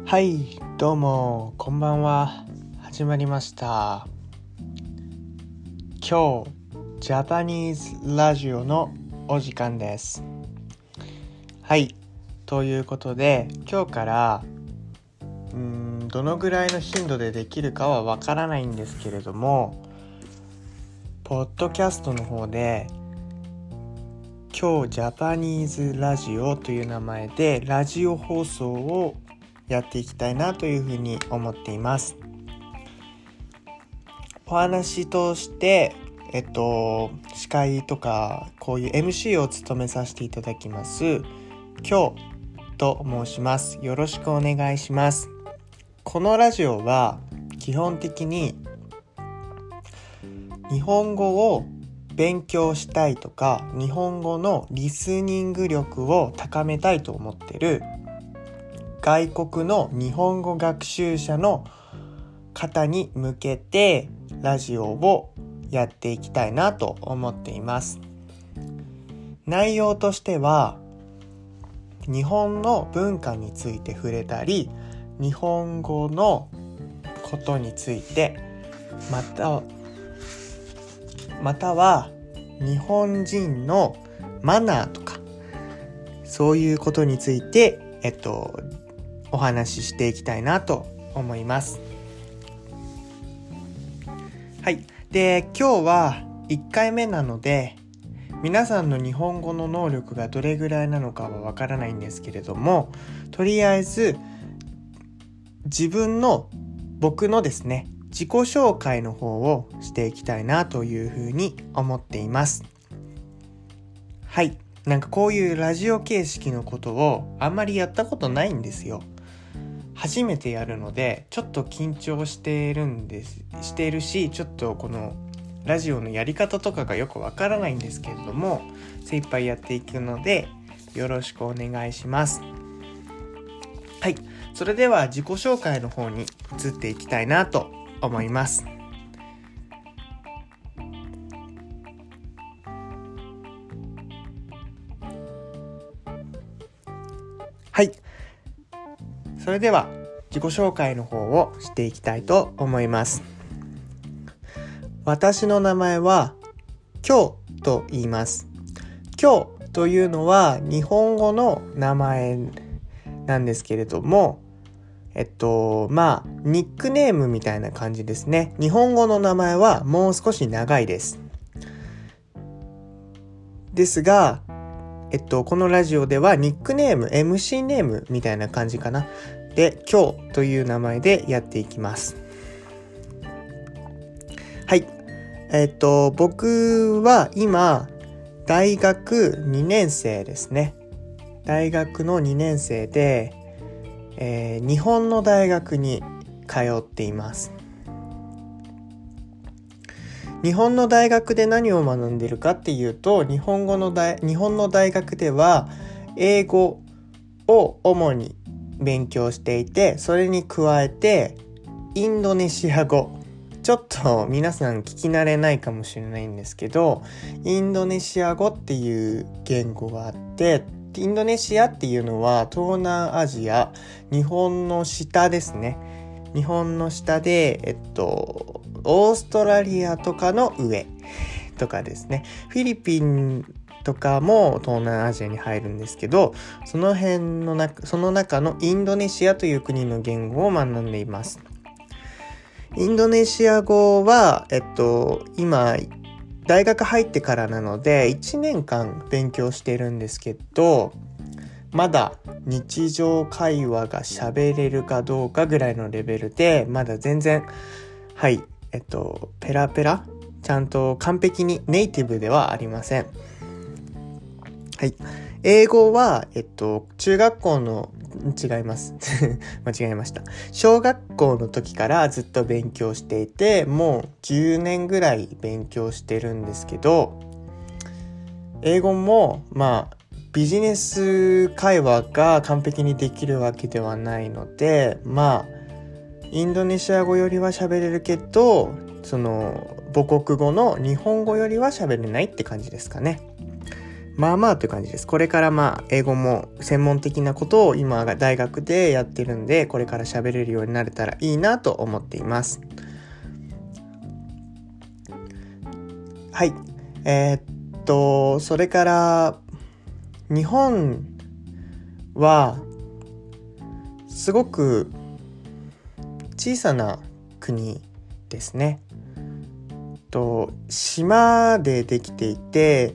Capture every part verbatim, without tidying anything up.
はい、どうもこんばんは。始まりました。今日ジャパニーズラジオのお時間です。はい、ということで今日からうーんどのぐらいの頻度でできるかはわからないんですけれども、ポッドキャストの方で今日ジャパニーズラジオという名前でラジオ放送をやっていきたいなというふうに思っています。お話としてえっと司会とかこういう エムシー を務めさせていただきます今日と申します。よろしくお願いします。このラジオは基本的に日本語を勉強したいとか日本語のリスニング力を高めたいと思っている外国の日本語学習者の方に向けてラジオをやっていきたいなと思っています。内容としては日本の文化について触れたり、日本語のことについて、またまたは日本人のマナーとかそういうことについてえっとお話ししていきたいなと思います。はい。で、今日はいっかいめなので、皆さんの日本語の能力がどれぐらいなのかはわからないんですけれども、とりあえず自分の僕のですね、自己紹介の方をしていきたいなというふうに思っています。はい。なんかこういうラジオ形式のことをあんまりやったことないんですよ。初めてやるのでちょっと緊張しているんですしているし、ちょっとこのラジオのやり方とかがよくわからないんですけれども、精一杯やっていくのでよろしくお願いします。はい、それでは自己紹介の方に移っていきたいなと思います。はい、それでは自己紹介の方をしていきたいと思います。私の名前はきょうと言います。きょうというのは日本語の名前なんですけれども、えっとまあニックネームみたいな感じですね。日本語の名前はもう少し長いです。ですが、えっとこのラジオではニックネーム エムシー ネームみたいな感じかな。で、今日という名前でやっていきます。はい。えっと、僕は今、大学にねん生ですね。大学のにねん生で、えー、日本の大学に通っています。日本の大学で何を学んでいるかっていうと、日本語の大、日本の大学では、英語を主に勉強していて、それに加えてインドネシア語、ちょっと皆さん聞き慣れないかもしれないんですけど、インドネシア語っていう言語があって、インドネシアっていうのは東南アジア、日本の下ですね。日本の下で、えっとオーストラリアとかの上とかですね。フィリピンとかも東南アジアに入るんですけど、その辺の中、その中のインドネシアという国の言語を学んでいます。インドネシア語は、えっと、今、大学入ってからなので、いちねんかん勉強してるんですけど、まだ日常会話が喋れるかどうかぐらいのレベルで、まだ全然、はい、えっと、ペラペラ、ちゃんと完璧にネイティブではありません。はい。英語は、えっと、中学校の、違います。間違えました。小学校の時からずっと勉強していて、もうじゅうねんぐらい勉強してるんですけど、英語も、まあ、ビジネス会話が完璧にできるわけではないので、まあ、インドネシア語よりは喋れるけど、その、母国語の日本語よりは喋れないって感じですかね。 まあまあという感じです。これからまあ英語も専門的なことを今が大学でやってるんで、これから喋れるようになれたらいいなと思っています。はい。えー、っと、それから日本はすごく小さな国ですね。と島でできていて、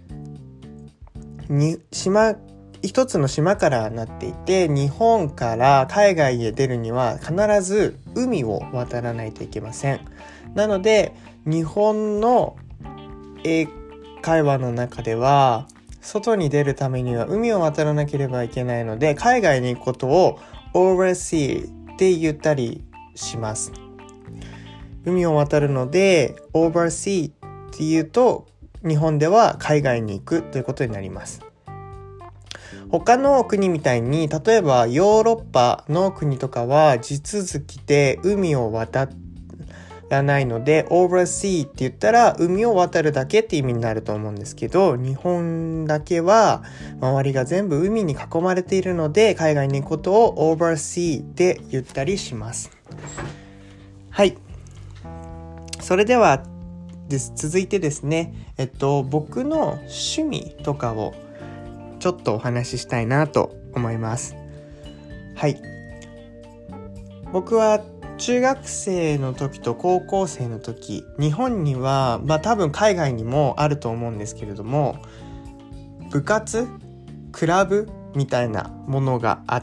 に島一つの島からなっていて、日本から海外へ出るには必ず海を渡らないといけません。なので日本の英会話の中では外に出るためには海を渡らなければいけないので、海外に行くことを oversea って言ったりします。海を渡るので oversea って言うと、日本では海外に行くということになります。他の国みたいに、例えばヨーロッパの国とかは地続きで海を渡らないので oversea って言ったら海を渡るだけって意味になると思うんですけど、日本だけは周りが全部海に囲まれているので、海外に行くことを oversea って言ったりします。はい。それではです。続いてですね、えっと、僕の趣味とかをちょっとお話ししたいなと思います。はい。僕は中学生の時と高校生の時、日本には、まあ多分海外にもあると思うんですけれども、部活、クラブみたいなものがあって、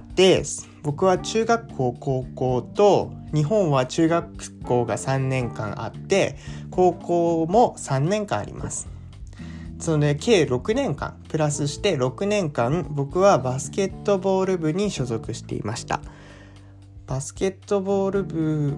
僕は中学校、高校と、日本は中学校がさんねんかんあって、高校もさんねんかんあります。そので計ろくねんかんプラスしてろくねんかん、僕はバスケットボール部に所属していました。バスケットボール部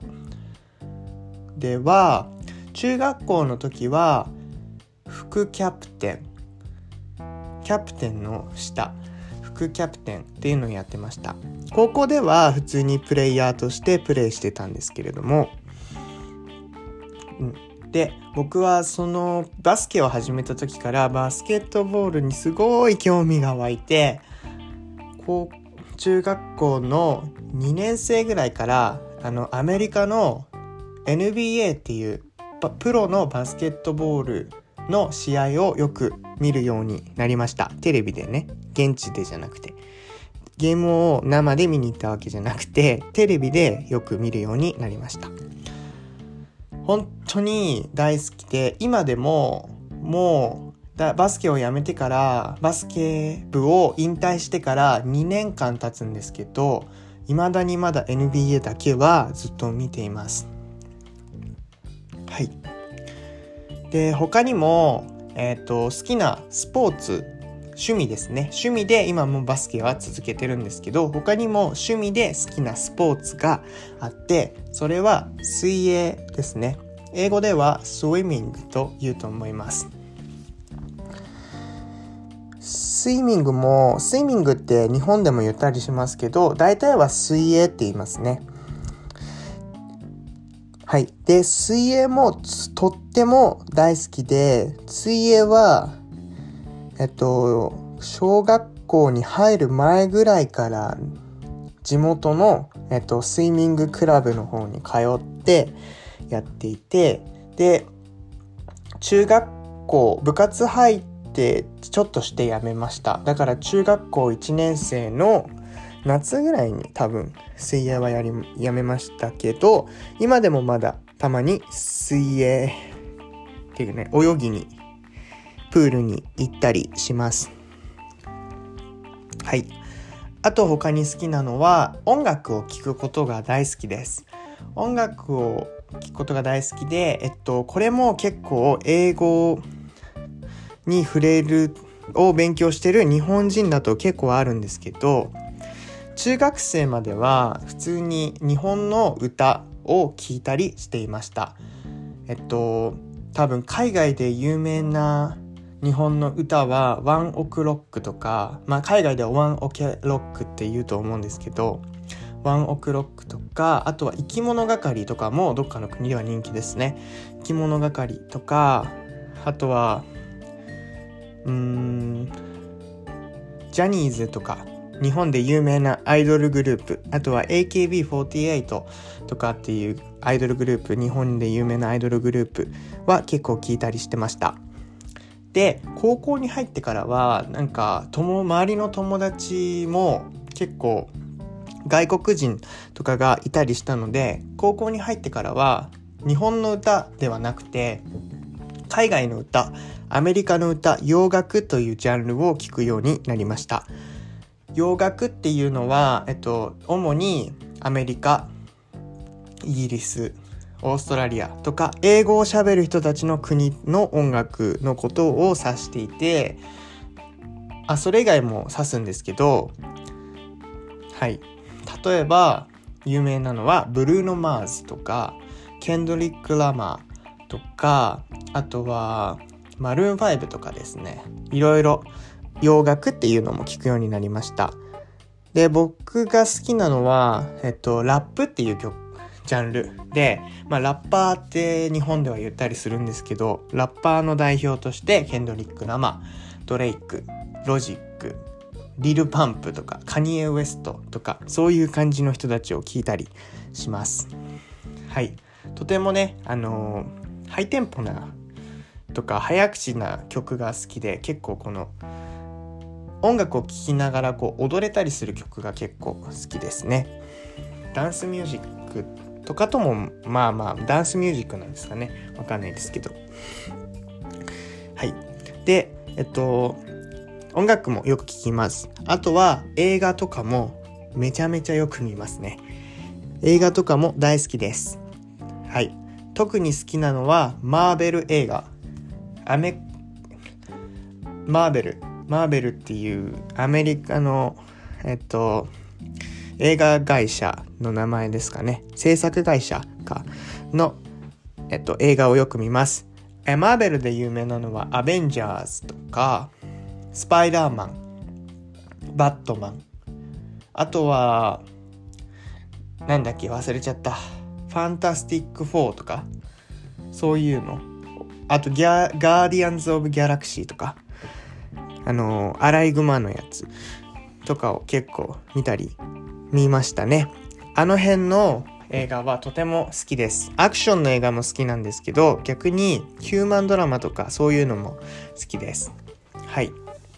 では中学校の時は副キャプテン、キャプテンの下、副キャプテンっていうのをやってました。高校では普通にプレイヤーとしてプレイしてたんですけれども、うんで、僕はそのバスケを始めた時からバスケットボールにすごい興味が湧いて、こう中学校のにねん生ぐらいからあのアメリカの エヌビーエー っていうプロのバスケットボールの試合をよく見るようになりました。テレビでね、現地でじゃなくて、ゲームを生で見に行ったわけじゃなくて、テレビでよく見るようになりました。本当に大好きで、今でももうだバスケをやめてから、バスケ部を引退してからにねんかん経つんですけど、未だにまだ エヌビーエー だけはずっと見ています。はい。で、他にも、えっと、好きなスポーツ、趣味ですね。趣味で今もバスケは続けてるんですけど、他にも趣味で好きなスポーツがあって、それは水泳ですね。英語では swimming と言うと思います。スイミングも、スイミングって日本でも言ったりしますけど、大体は水泳って言いますね。はい。で、水泳もとっても大好きで、水泳はえっと、小学校に入る前ぐらいから地元の、えっと、スイミングクラブの方に通ってやっていて、で、中学校部活入ってちょっとしてやめました。だから中学校いちねん生の夏ぐらいに多分水泳はやりやめましたけど、今でもまだたまに水泳っていうね、泳ぎにプールに行ったりします。はい。あと他に好きなのは音楽を聴くことが大好きです。音楽を聴くことが大好きで、えっとこれも結構英語に触れるを勉強してる日本人だと結構あるんですけど、中学生までは普通に日本の歌を聴いたりしていました。えっと多分海外で有名な日本の歌はワンオクロックとか、まあ海外ではワンオケロックって言うと思うんですけど、ワンオクロックとか、あとは生き物係とかもどっかの国では人気ですね。生き物係とか、あとはうーんジャニーズとか日本で有名なアイドルグループ、あとは エーケービーフォーティーエイト とかっていうアイドルグループ、日本で有名なアイドルグループは結構聞いたりしてました。で、高校に入ってからはなんか友周りの友達も結構外国人とかがいたりしたので、高校に入ってからは日本の歌ではなくて海外の歌、アメリカの歌、洋楽というジャンルを聞くようになりました。洋楽っていうのは、えっと、主にアメリカ、イギリス、オーストラリアとか英語を喋る人たちの国の音楽のことを指していて、あ、それ以外も指すんですけど、はい、例えば有名なのはブルーノ・マーズとかケンドリック・ラマーとか、あとはマルーンファイブとかですね、いろいろ洋楽っていうのも聞くようになりました。で、僕が好きなのは、えっと、ラップっていう曲ジャンルで、まあ、ラッパーって日本では言ったりするんですけど、ラッパーの代表としてケンドリック・ラマー、ドレイク、ロジック、リル・パンプとかカニエ・ウエストとか、そういう感じの人たちを聞いたりします。はい、とてもね、あのー、ハイテンポなとか早口な曲が好きで、結構この音楽を聴きながらこう踊れたりする曲が結構好きですね。ダンスミュージックとかともまあまあダンスミュージックなんですかね、わかんないですけど。はい。で、えっと音楽もよく聴きます。あとは映画とかもめちゃめちゃよく見ますね。映画とかも大好きです。はい。特に好きなのはマーベル映画。アメマーベルマーベルっていうアメリカのえっと映画会社の名前ですかね、制作会社かの、えっと、映画をよく見ます。えマーベルで有名なのはアベンジャーズとかスパイダーマン、バットマン、あとはなんだっけ忘れちゃった、ファンタスティックフォーとかそういうの、あとギャガーディアンズ・オブ・ギャラクシーとか、あのアライグマのやつとかを結構見たり見ましたね。あの辺の映画はとても好きです。アクションの映画も好きなんですけど、逆にヒューマンドラマとかそういうのも好きです。はい。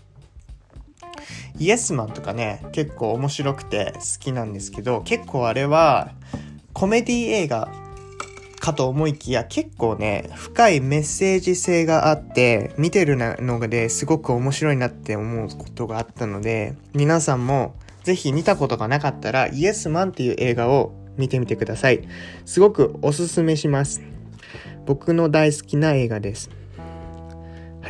イエスマンとかね、結構面白くて好きなんですけど、結構あれはコメディ映画かと思いきや、結構ね深いメッセージ性があって、見てるのですごく面白いなって思うことがあったので、皆さんもぜひ見たことがなかったらイエスマンっていう映画を見てみてください。すごくおすすめします。僕の大好きな映画です。はい。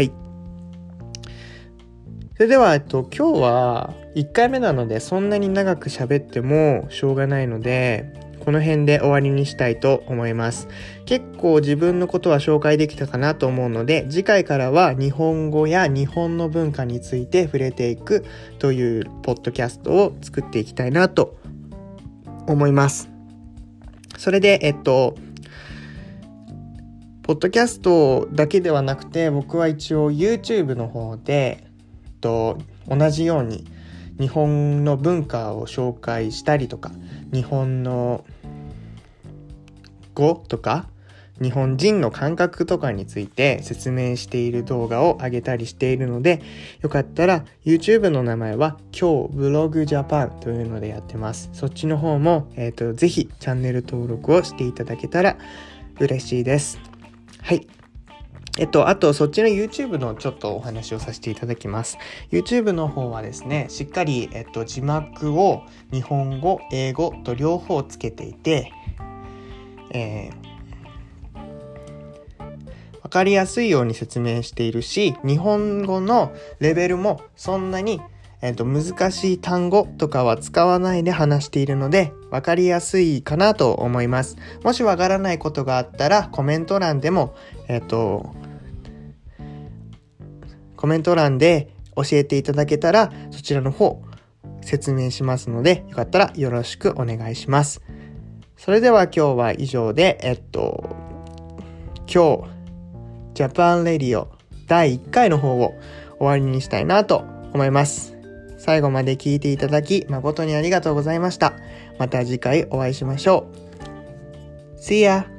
それでは、えっと、今日はいっかいめなのでそんなに長く喋ってもしょうがないので、この辺で終わりにしたいと思います。結構自分のことは紹介できたかなと思うので、次回からは日本語や日本の文化について触れていくというポッドキャストを作っていきたいなと思います。それで、えっと、ポッドキャストだけではなくて、僕は一応 YouTube の方で、えっと、同じように日本の文化を紹介したりとか、日本の語とか日本人の感覚とかについて説明している動画を上げたりしているので、よかったら YouTube の名前は今日ブログジャパンというのでやってます。そっちの方も、えーと、ぜひチャンネル登録をしていただけたら嬉しいです。はい。えっと、あとそっちの YouTube のちょっとお話をさせていただきます。YouTube の方はですね、しっかり、えっと、字幕を日本語、英語と両方つけていて、えー、わかりやすいように説明しているし、日本語のレベルもそんなに、えっと、難しい単語とかは使わないで話しているので、わかりやすいかなと思います。もしわからないことがあったら、コメント欄でも、えっと、コメント欄で教えていただけたら、そちらの方説明しますので、よかったらよろしくお願いします。それでは今日は以上で、えっと、今日、ジャパンレディオだいいっかいの方を終わりにしたいなと思います。最後まで聞いていただき誠にありがとうございました。また次回お会いしましょう。See ya!